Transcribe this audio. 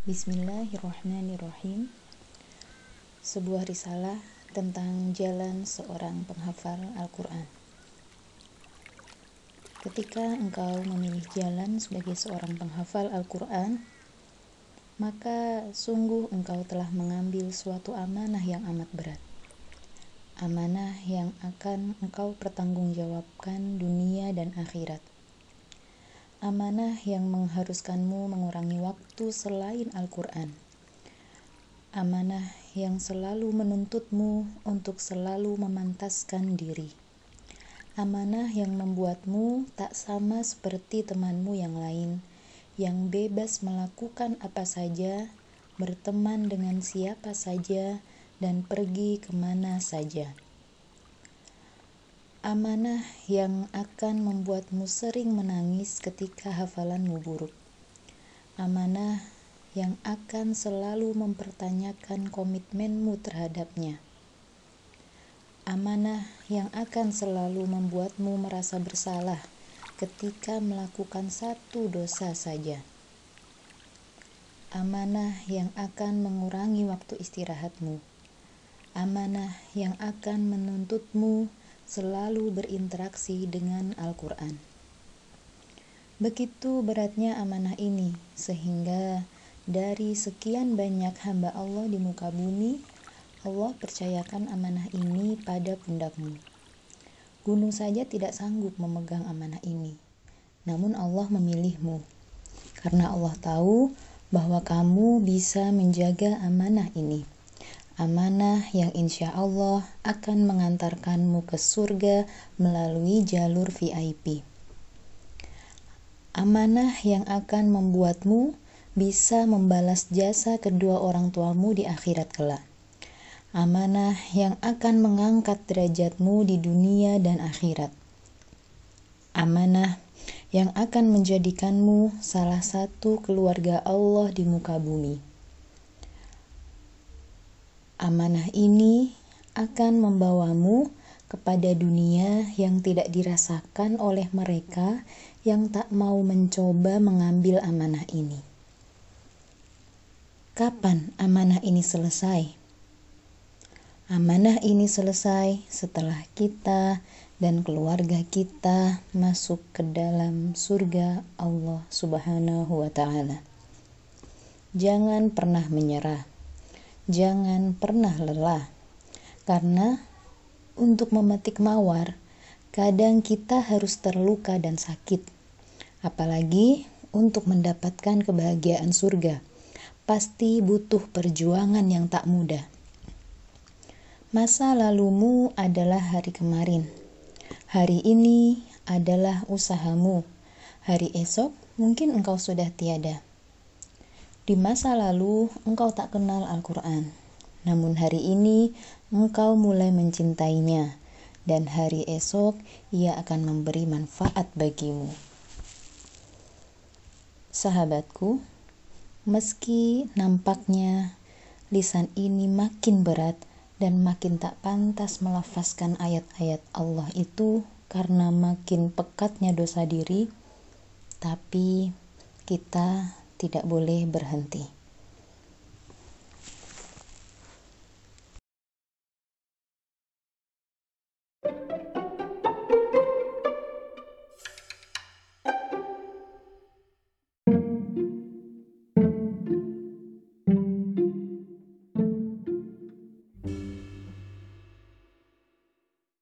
Bismillahirrahmanirrahim. Sebuah risalah tentang jalan seorang penghafal Al-Quran. Ketika engkau memilih jalan sebagai seorang penghafal Al-Quran, maka sungguh engkau telah mengambil suatu amanah yang amat berat. Amanah yang akan engkau pertanggungjawabkan dunia dan akhirat. Amanah yang mengharuskanmu mengurangi waktu selain Al-Quran. Amanah yang selalu menuntutmu untuk selalu memantaskan diri. Amanah yang membuatmu tak sama seperti temanmu yang lain, yang bebas melakukan apa saja, berteman dengan siapa saja, dan pergi kemana saja. Amanah yang akan membuatmu sering menangis ketika hafalanmu buruk. Amanah yang akan selalu mempertanyakan komitmenmu terhadapnya. Amanah yang akan selalu membuatmu merasa bersalah ketika melakukan satu dosa saja. Amanah yang akan mengurangi waktu istirahatmu. Amanah yang akan menuntutmu selalu berinteraksi dengan Al-Quran. Begitu beratnya amanah ini, sehingga dari sekian banyak hamba Allah di muka bumi, Allah percayakan amanah ini pada pundakmu. Gunung saja tidak sanggup memegang amanah ini, namun Allah memilihmu, karena Allah tahu bahwa kamu bisa menjaga amanah ini. Amanah yang insya Allah akan mengantarkanmu ke surga melalui jalur VIP. Amanah yang akan membuatmu bisa membalas jasa kedua orang tuamu di akhirat kelak. Amanah yang akan mengangkat derajatmu di dunia dan akhirat. Amanah yang akan menjadikanmu salah satu keluarga Allah di muka bumi. Amanah ini akan membawamu kepada dunia yang tidak dirasakan oleh mereka yang tak mau mencoba mengambil amanah ini. Kapan amanah ini selesai? Amanah ini selesai setelah kita dan keluarga kita masuk ke dalam surga Allah Subhanahu wa Ta'ala. Jangan pernah menyerah. Jangan pernah lelah, karena untuk memetik mawar, kadang kita harus terluka dan sakit. Apalagi untuk mendapatkan kebahagiaan surga, pasti butuh perjuangan yang tak mudah. Masa lalumu adalah hari kemarin. Hari ini adalah usahamu. Hari esok mungkin engkau sudah tiada. Di masa lalu engkau tak kenal Al-Quran, namun hari ini engkau mulai mencintainya, dan hari esok ia akan memberi manfaat bagimu. Sahabatku, meski nampaknya lisan ini makin berat dan makin tak pantas melafazkan ayat-ayat Allah itu karena makin pekatnya dosa diri, tapi kita tidak boleh berhenti.